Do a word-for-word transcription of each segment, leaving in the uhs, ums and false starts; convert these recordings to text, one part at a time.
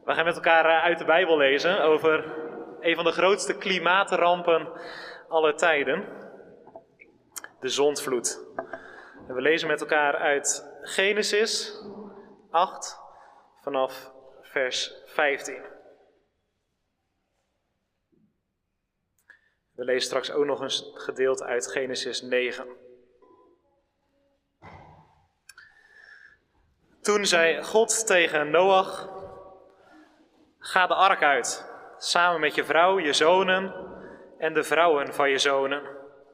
We gaan met elkaar uit de Bijbel lezen over een van de grootste klimaatrampen aller tijden. De zondvloed. En we lezen met elkaar uit Genesis acht vanaf vers vijftien. We lezen straks ook nog een gedeelte uit Genesis negen. Toen zei God tegen Noach: ga de ark uit, samen met je vrouw, je zonen en de vrouwen van je zonen.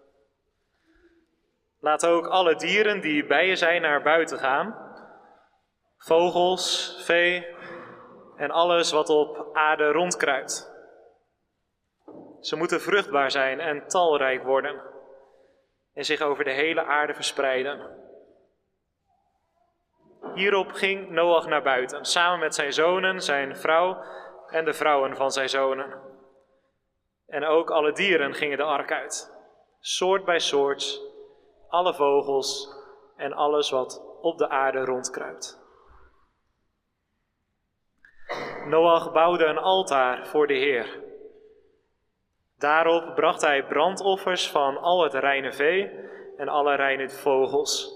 Laat ook alle dieren die bij je zijn naar buiten gaan, vogels, vee en alles wat op aarde rondkruipt. Ze moeten vruchtbaar zijn en talrijk worden en zich over de hele aarde verspreiden. Hierop ging Noach naar buiten, samen met zijn zonen, zijn vrouw en de vrouwen van zijn zonen. En ook alle dieren gingen de ark uit, soort bij soort, alle vogels en alles wat op de aarde rondkruipt. Noach bouwde een altaar voor de Heer. Daarop bracht hij brandoffers van al het reine vee en alle reine vogels.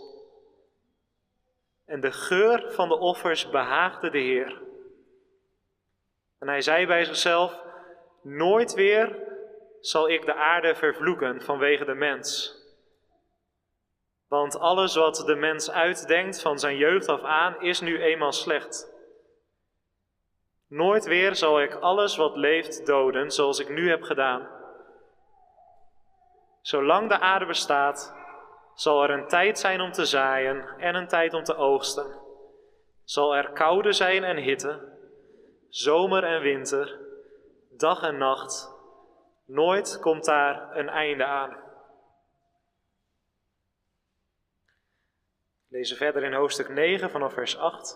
En de geur van de offers behaagde de Heer. En hij zei bij zichzelf: nooit weer zal ik de aarde vervloeken vanwege de mens. Want alles wat de mens uitdenkt van zijn jeugd af aan is nu eenmaal slecht. Nooit weer zal ik alles wat leeft doden zoals ik nu heb gedaan. Zolang de aarde bestaat, zal er een tijd zijn om te zaaien en een tijd om te oogsten. Zal er koude zijn en hitte, zomer en winter, dag en nacht. Nooit komt daar een einde aan. We lezen verder in hoofdstuk negen vanaf vers acht.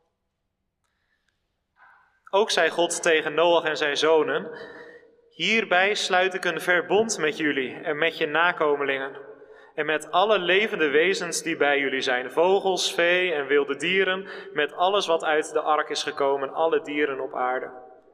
Ook zei God tegen Noach en zijn zonen: hierbij sluit ik een verbond met jullie en met je nakomelingen. En met alle levende wezens die bij jullie zijn, vogels, vee en wilde dieren, met alles wat uit de ark is gekomen, alle dieren op aarde.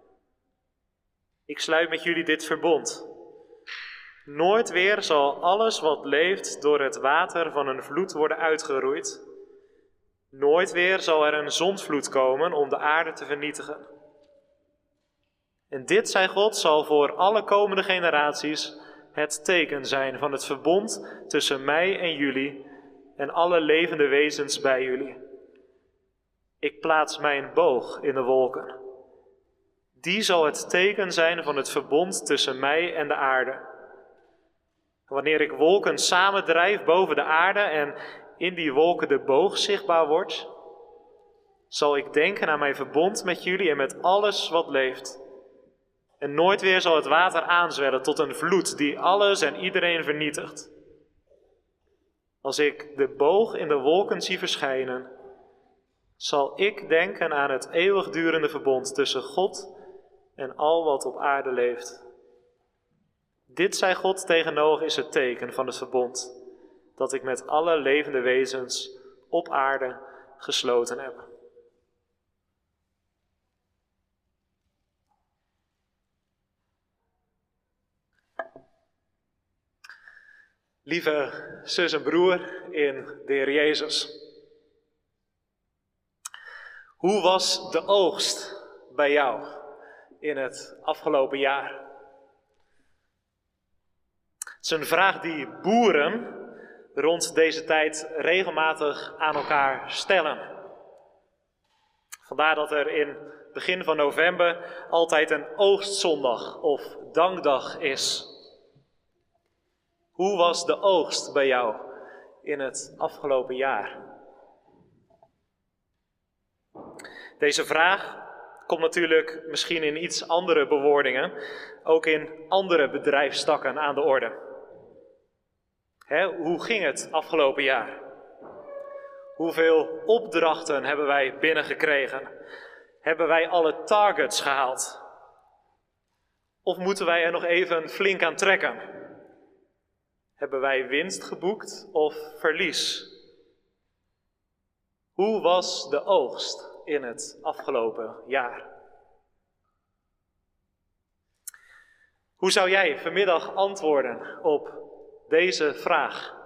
Ik sluit met jullie dit verbond. Nooit weer zal alles wat leeft door het water van een vloed worden uitgeroeid. Nooit weer zal er een zondvloed komen om de aarde te vernietigen. En dit, zei God, zal voor alle komende generaties het teken zijn van het verbond tussen mij en jullie en alle levende wezens bij jullie. Ik plaats mijn boog in de wolken. Die zal het teken zijn van het verbond tussen mij en de aarde. Wanneer ik wolken samendrijf boven de aarde en in die wolken de boog zichtbaar wordt, zal ik denken aan mijn verbond met jullie en met alles wat leeft. En nooit weer zal het water aanzwellen tot een vloed die alles en iedereen vernietigt. Als ik de boog in de wolken zie verschijnen, zal ik denken aan het eeuwigdurende verbond tussen God en al wat op aarde leeft. Dit, zei God tegen Noach, is het teken van het verbond dat ik met alle levende wezens op aarde gesloten heb. Lieve zus en broer in de Heer Jezus. Hoe was de oogst bij jou in het afgelopen jaar? Het is een vraag die boeren rond deze tijd regelmatig aan elkaar stellen. Vandaar dat er in het begin van november altijd een oogstzondag of dankdag is. Hoe was de oogst bij jou in het afgelopen jaar? Deze vraag komt natuurlijk misschien in iets andere bewoordingen, ook in andere bedrijfstakken aan de orde. Hè, hoe ging het afgelopen jaar? Hoeveel opdrachten hebben wij binnengekregen? Hebben wij alle targets gehaald? Of moeten wij er nog even flink aan trekken? Hebben wij winst geboekt of verlies? Hoe was de oogst in het afgelopen jaar? Hoe zou jij vanmiddag antwoorden op deze vraag?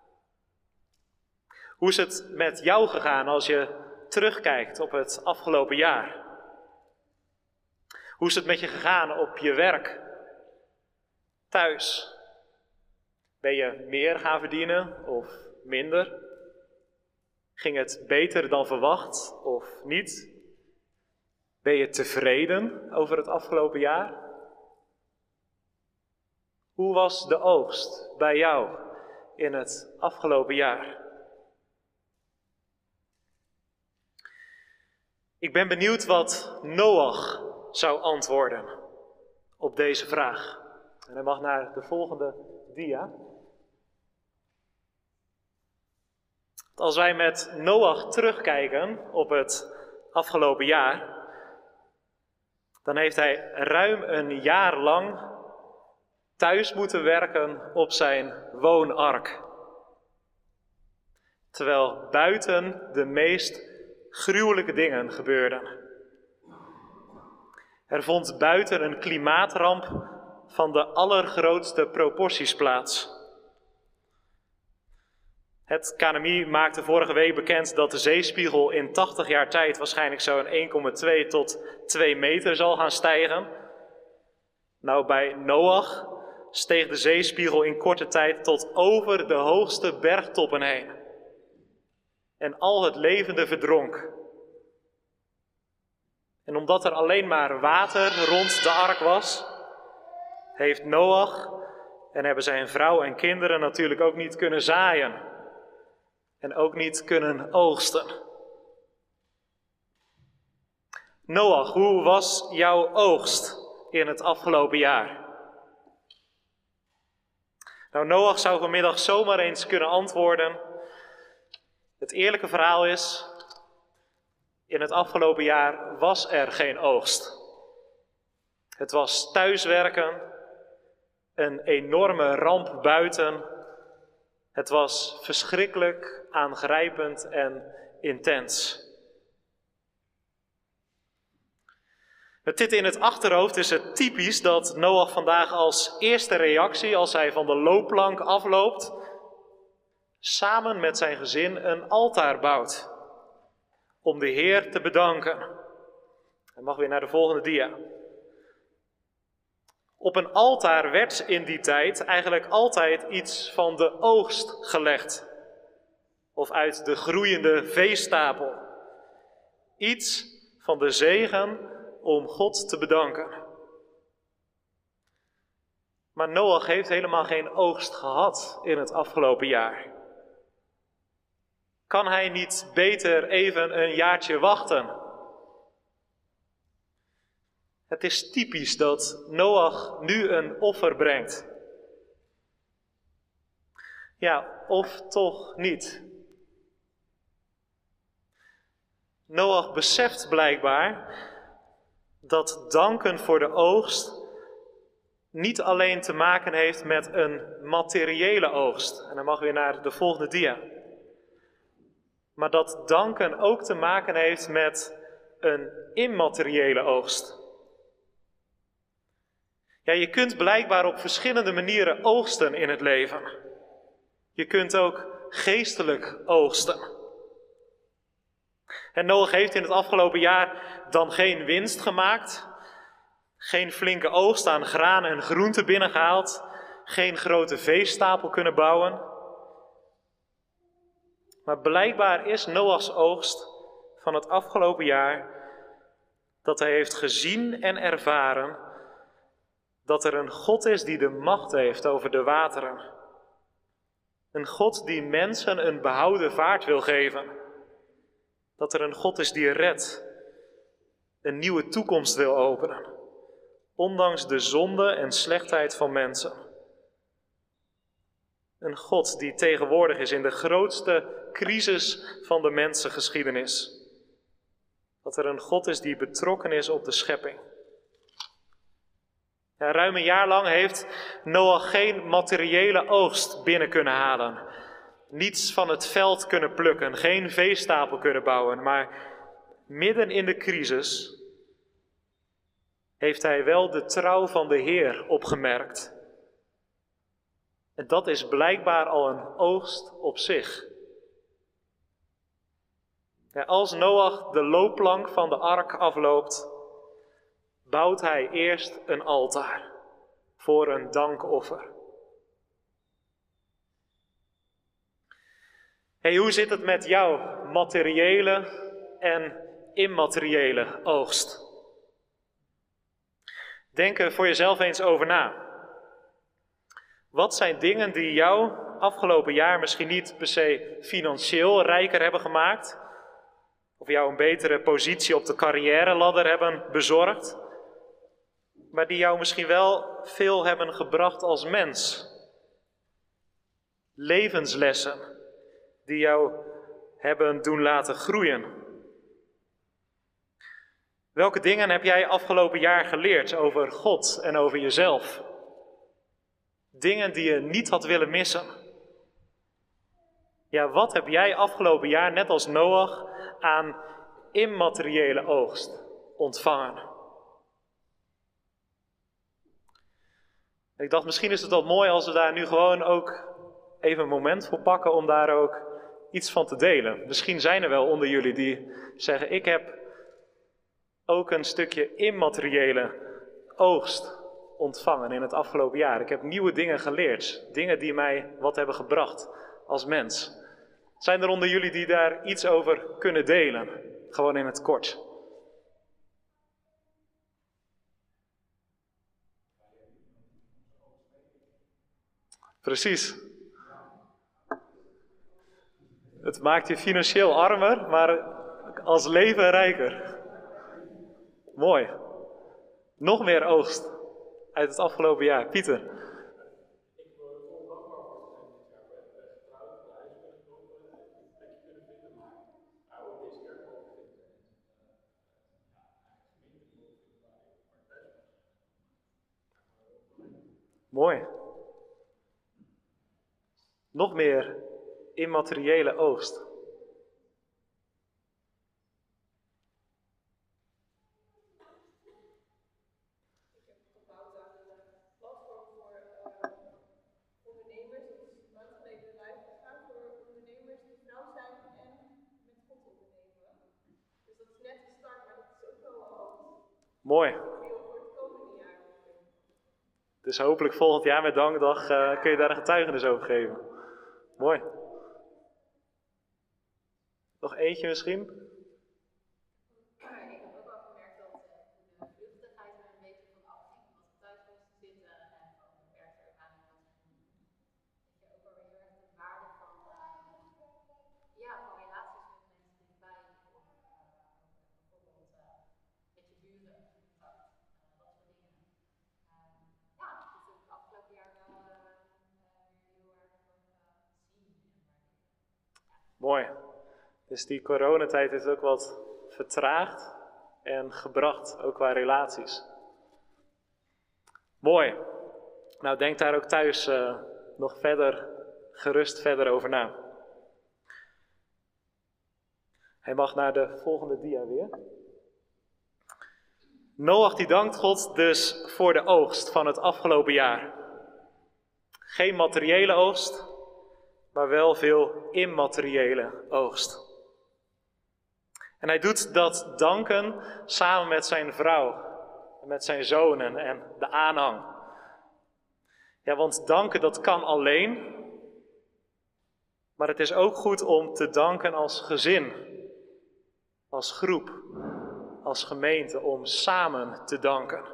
Hoe is het met jou gegaan als je terugkijkt op het afgelopen jaar? Hoe is het met je gegaan op je werk, thuis? Ben je meer gaan verdienen of minder? Ging het beter dan verwacht of niet? Ben je tevreden over het afgelopen jaar? Hoe was de oogst bij jou in het afgelopen jaar? Ik ben benieuwd wat Noach zou antwoorden op deze vraag. En hij mag naar de volgende dia. Als wij met Noach terugkijken op het afgelopen jaar, dan heeft hij ruim een jaar lang thuis moeten werken op zijn woonark. Terwijl buiten de meest gruwelijke dingen gebeurden. Er vond buiten een klimaatramp van de allergrootste proporties plaats. Het K N M I maakte vorige week bekend dat de zeespiegel in tachtig jaar tijd waarschijnlijk zo'n één komma twee tot twee meter zal gaan stijgen. Nou, bij Noach steeg de zeespiegel in korte tijd tot over de hoogste bergtoppen heen. En al het levende verdronk. En omdat er alleen maar water rond de ark was, heeft Noach en hebben zijn vrouw en kinderen natuurlijk ook niet kunnen zaaien. En ook niet kunnen oogsten. Noach, hoe was jouw oogst in het afgelopen jaar? Nou, Noach zou vanmiddag zomaar eens kunnen antwoorden. Het eerlijke verhaal is, in het afgelopen jaar was er geen oogst. Het was thuiswerken, een enorme ramp buiten. Het was verschrikkelijk, aangrijpend en intens. Met dit in het achterhoofd is het typisch dat Noach vandaag als eerste reactie, als hij van de loopplank afloopt, samen met zijn gezin een altaar bouwt. Om de Heer te bedanken. Hij mag weer naar de volgende dia. Op een altaar werd in die tijd eigenlijk altijd iets van de oogst gelegd. Of uit de groeiende veestapel. Iets van de zegen om God te bedanken. Maar Noach heeft helemaal geen oogst gehad in het afgelopen jaar. Kan hij niet beter even een jaartje wachten? Het is typisch dat Noach nu een offer brengt. Ja, of toch niet. Noach beseft blijkbaar dat danken voor de oogst niet alleen te maken heeft met een materiële oogst. En dan mag weer naar de volgende dia. Maar dat danken ook te maken heeft met een immateriële oogst. Ja, je kunt blijkbaar op verschillende manieren oogsten in het leven. Je kunt ook geestelijk oogsten. En Noach heeft in het afgelopen jaar dan geen winst gemaakt, geen flinke oogst aan graan en groenten binnengehaald, geen grote veestapel kunnen bouwen. Maar blijkbaar is Noachs oogst van het afgelopen jaar dat hij heeft gezien en ervaren dat er een God is die de macht heeft over de wateren. Een God die mensen een behouden vaart wil geven. Dat er een God is die redt, een nieuwe toekomst wil openen, ondanks de zonde en slechtheid van mensen. Een God die tegenwoordig is in de grootste crisis van de mensengeschiedenis. Dat er een God is die betrokken is op de schepping. Ja, ruim een jaar lang heeft Noach geen materiële oogst binnen kunnen halen. Niets van het veld kunnen plukken, geen veestapel kunnen bouwen. Maar midden in de crisis heeft hij wel de trouw van de Heer opgemerkt. En dat is blijkbaar al een oogst op zich. Ja, als Noach de loopplank van de ark afloopt, bouwt hij eerst een altaar voor een dankoffer. Hey, hoe zit het met jouw materiële en immateriële oogst? Denk er voor jezelf eens over na. Wat zijn dingen die jou afgelopen jaar misschien niet per se financieel rijker hebben gemaakt, of jou een betere positie op de carrièreladder hebben bezorgd, maar die jou misschien wel veel hebben gebracht als mens? Levenslessen die jou hebben doen laten groeien. Welke dingen heb jij afgelopen jaar geleerd over God en over jezelf? Dingen die je niet had willen missen. Ja, wat heb jij afgelopen jaar, net als Noach, aan immateriële oogst ontvangen? Ik dacht, misschien is het wel mooi als we daar nu gewoon ook even een moment voor pakken om daar ook iets van te delen. Misschien zijn er wel onder jullie die zeggen, ik heb ook een stukje immateriële oogst ontvangen in het afgelopen jaar. Ik heb nieuwe dingen geleerd. Dingen die mij wat hebben gebracht als mens. Zijn er onder jullie die daar iets over kunnen delen? Gewoon in het kort. Precies. Het maakt je financieel armer, maar als leven rijker. Mooi. Nog meer oogst uit het afgelopen jaar. Pieter. Ik word vol dankbaar voor het jaar. We hebben getrouwd, de huis kunnen kopen, een plekje kunnen vinden, maar ook deze kerk mogen vinden. Mooi. Nog meer immateriële oogst. Mooi. Dus hopelijk volgend jaar met Dankdag uh, kun je daar een getuigenis over geven. Mooi. Nog eentje misschien? Ik heb ook wel gemerkt dat de vluchtigheid er een beetje van afging. Omdat we thuis moesten zitten en gewoon de werk er aan wat doen. Dat je ook wel weer heel erg de waarde van, uh, ja, van relaties met mensen dichtbij. Of uh, bijvoorbeeld uh, met je buren contact. Uh, dat soort dingen. Uh, ja, dat heb ik afgelopen jaar wel uh, uh, weer heel erg uh, zien en waarderen. Ja. Mooi. Dus die coronatijd heeft ook wat vertraagd en gebracht, ook qua relaties. Mooi. Nou, denk daar ook thuis uh, nog verder, gerust verder over na. Hij mag naar de volgende dia weer. Noach die dankt God dus voor de oogst van het afgelopen jaar. Geen materiële oogst, maar wel veel immateriële oogst. En hij doet dat danken samen met zijn vrouw, met zijn zonen en de aanhang. Ja, want danken dat kan alleen, maar het is ook goed om te danken als gezin, als groep, als gemeente, om samen te danken.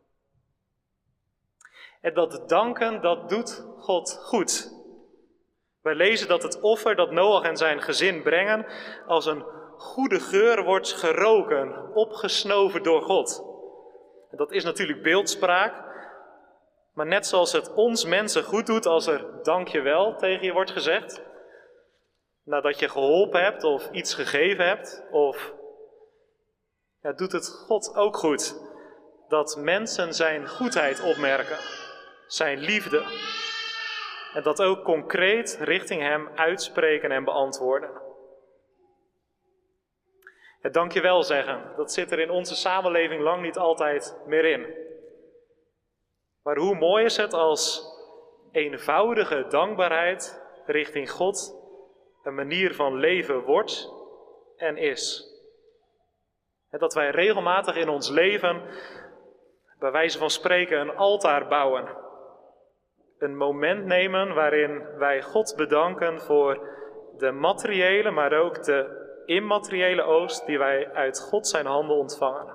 En dat danken, dat doet God goed. Wij lezen dat het offer dat Noach en zijn gezin brengen als een goede geur wordt geroken, opgesnoven door God. En dat is natuurlijk beeldspraak, maar net zoals het ons mensen goed doet als er dankjewel tegen je wordt gezegd, nadat je geholpen hebt of iets gegeven hebt, of ja, doet het God ook goed dat mensen zijn goedheid opmerken, zijn liefde, en dat ook concreet richting hem uitspreken en beantwoorden. Het dankjewel zeggen, dat zit er in onze samenleving lang niet altijd meer in. Maar hoe mooi is het als eenvoudige dankbaarheid richting God een manier van leven wordt en is. En dat wij regelmatig in ons leven, bij wijze van spreken, een altaar bouwen. Een moment nemen waarin wij God bedanken voor de materiële, maar ook de immateriële oost die wij uit God zijn handen ontvangen.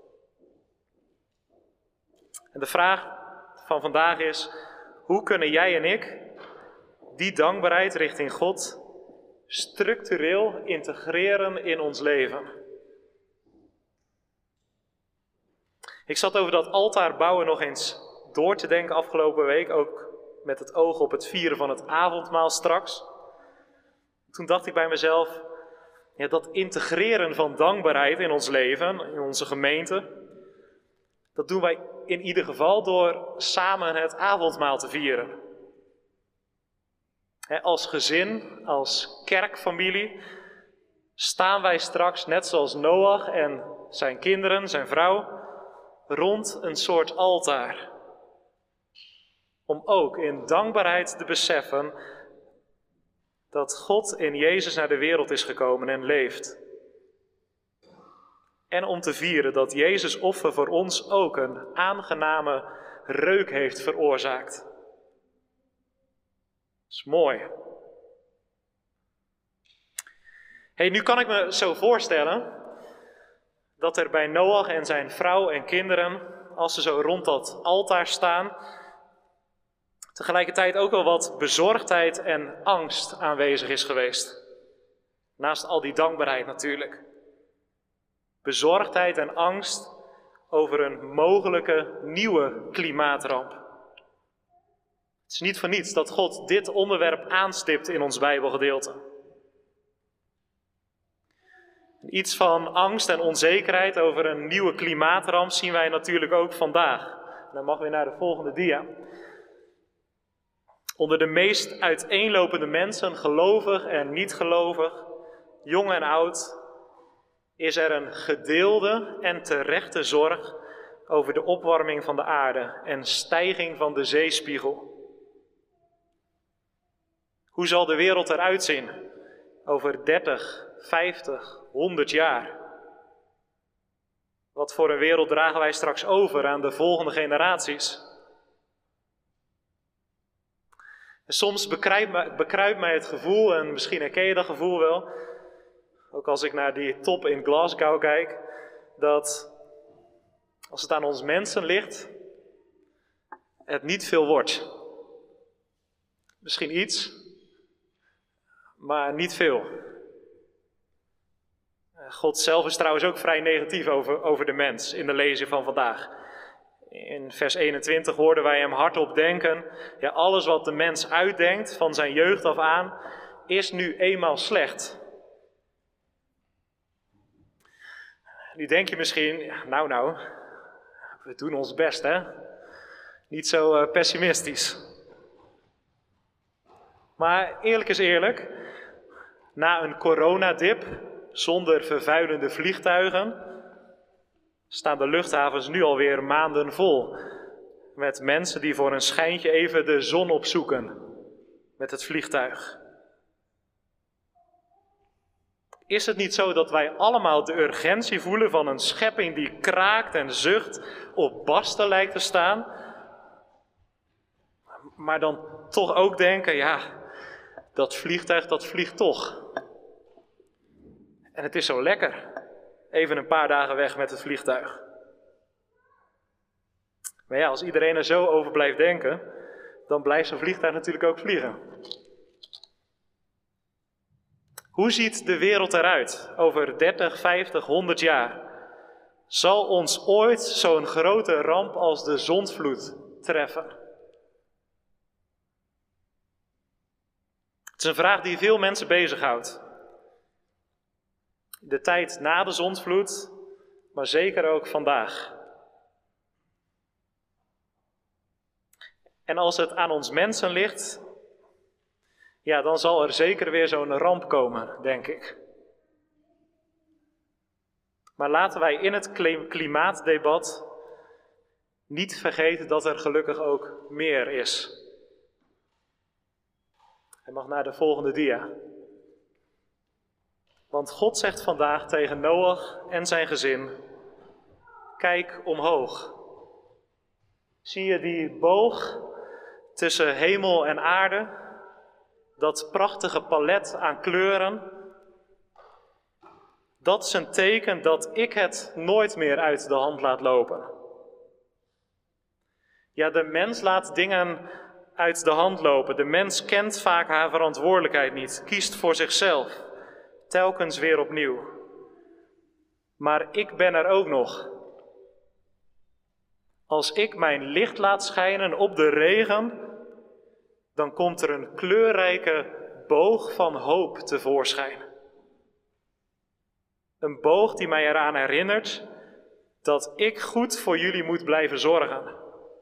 En de vraag van vandaag is, hoe kunnen jij en ik die dankbaarheid richting God structureel integreren in ons leven? Ik zat over dat altaar bouwen nog eens door te denken afgelopen week, ook met het oog op het vieren van het avondmaal straks. Toen dacht ik bij mezelf, ja, dat integreren van dankbaarheid in ons leven, in onze gemeente, dat doen wij in ieder geval door samen het avondmaal te vieren. He, als gezin, als kerkfamilie, staan wij straks, net zoals Noach en zijn kinderen, zijn vrouw, rond een soort altaar. Om ook in dankbaarheid te beseffen dat God in Jezus naar de wereld is gekomen en leeft. En om te vieren dat Jezus' offer voor ons ook een aangename reuk heeft veroorzaakt. Dat is mooi. Hey, nu kan ik me zo voorstellen dat er bij Noach en zijn vrouw en kinderen, als ze zo rond dat altaar staan, tegelijkertijd ook wel wat bezorgdheid en angst aanwezig is geweest. Naast al die dankbaarheid natuurlijk. Bezorgdheid en angst over een mogelijke nieuwe klimaatramp. Het is niet voor niets dat God dit onderwerp aanstipt in ons Bijbelgedeelte. Iets van angst en onzekerheid over een nieuwe klimaatramp zien wij natuurlijk ook vandaag. Dan mag weer naar de volgende dia. Onder de meest uiteenlopende mensen, gelovig en niet gelovig, jong en oud, is er een gedeelde en terechte zorg over de opwarming van de aarde en stijging van de zeespiegel. Hoe zal de wereld eruit zien over dertig, vijftig, honderd jaar? Wat voor een wereld dragen wij straks over aan de volgende generaties? En soms bekruipt mij, bekruipt mij het gevoel, en misschien herken je dat gevoel wel, ook als ik naar die top in Glasgow kijk, dat als het aan ons mensen ligt, het niet veel wordt. Misschien iets, maar niet veel. God zelf is trouwens ook vrij negatief over, over de mens in de lezing van vandaag. In vers eenentwintig hoorden wij hem hardop denken, ja, alles wat de mens uitdenkt van zijn jeugd af aan, is nu eenmaal slecht. Nu denk je misschien, nou nou, we doen ons best hè, niet zo uh, pessimistisch. Maar eerlijk is eerlijk, na een coronadip zonder vervuilende vliegtuigen staan de luchthavens nu alweer maanden vol met mensen die voor een schijntje even de zon opzoeken met het vliegtuig. Is het niet zo dat wij allemaal de urgentie voelen van een schepping die kraakt en zucht, op barsten lijkt te staan, maar dan toch ook denken, ja, dat vliegtuig dat vliegt toch. En het is zo lekker, even een paar dagen weg met het vliegtuig. Maar ja, als iedereen er zo over blijft denken, dan blijft zo'n vliegtuig natuurlijk ook vliegen. Hoe ziet de wereld eruit over dertig, vijftig, honderd jaar? Zal ons ooit zo'n grote ramp als de zondvloed treffen? Het is een vraag die veel mensen bezighoudt. De tijd na de zondvloed, maar zeker ook vandaag. En als het aan ons mensen ligt, ja, dan zal er zeker weer zo'n ramp komen, denk ik. Maar laten wij in het klimaatdebat niet vergeten dat er gelukkig ook meer is. Hij mag naar de volgende dia. Want God zegt vandaag tegen Noach en zijn gezin: kijk omhoog. Zie je die boog tussen hemel en aarde? Dat prachtige palet aan kleuren? Dat is een teken dat ik het nooit meer uit de hand laat lopen. Ja, de mens laat dingen uit de hand lopen. De mens kent vaak haar verantwoordelijkheid niet, kiest voor zichzelf, telkens weer opnieuw. Maar ik ben er ook nog. Als ik mijn licht laat schijnen op de regen, dan komt er een kleurrijke boog van hoop tevoorschijn. Een boog die mij eraan herinnert dat ik goed voor jullie moet blijven zorgen.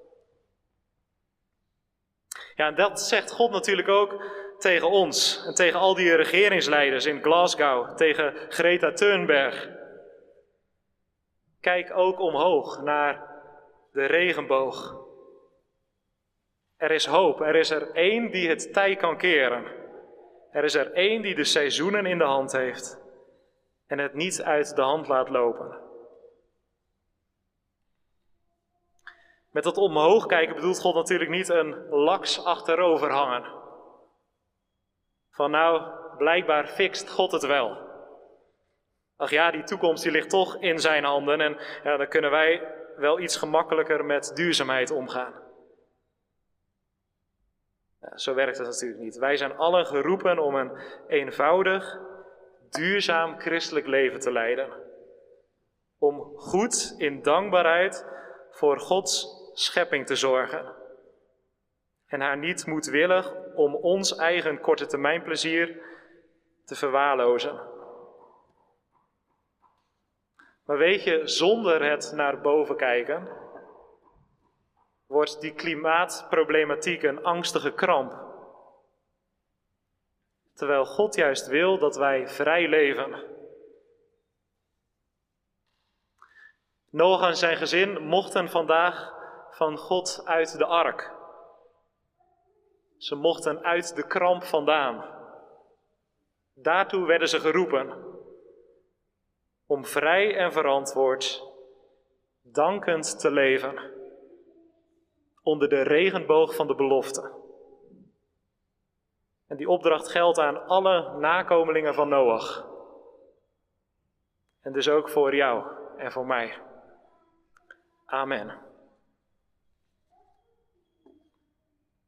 Ja, en dat zegt God natuurlijk ook tegen ons en tegen al die regeringsleiders in Glasgow, tegen Greta Thunberg. Kijk ook omhoog naar de regenboog. Er is hoop, er is er één die het tij kan keren. Er is er één die de seizoenen in de hand heeft en het niet uit de hand laat lopen. Met dat omhoog kijken bedoelt God natuurlijk niet een laks achterover hangen. Van nou, blijkbaar fixt God het wel. Ach ja, die toekomst die ligt toch in zijn handen en ja, dan kunnen wij wel iets gemakkelijker met duurzaamheid omgaan. Ja, zo werkt het natuurlijk niet. Wij zijn allen geroepen om een eenvoudig, duurzaam christelijk leven te leiden. Om goed in dankbaarheid voor Gods schepping te zorgen. En haar niet moedwillig om ons eigen korte termijn plezier te verwaarlozen. Maar weet je, zonder het naar boven kijken, wordt die klimaatproblematiek een angstige kramp. Terwijl God juist wil dat wij vrij leven. Noach en zijn gezin mochten vandaag van God uit de ark. Ze mochten uit de kramp vandaan. Daartoe werden ze geroepen. Om vrij en verantwoord, dankend te leven. Onder de regenboog van de belofte. En die opdracht geldt aan alle nakomelingen van Noach. En dus ook voor jou en voor mij. Amen.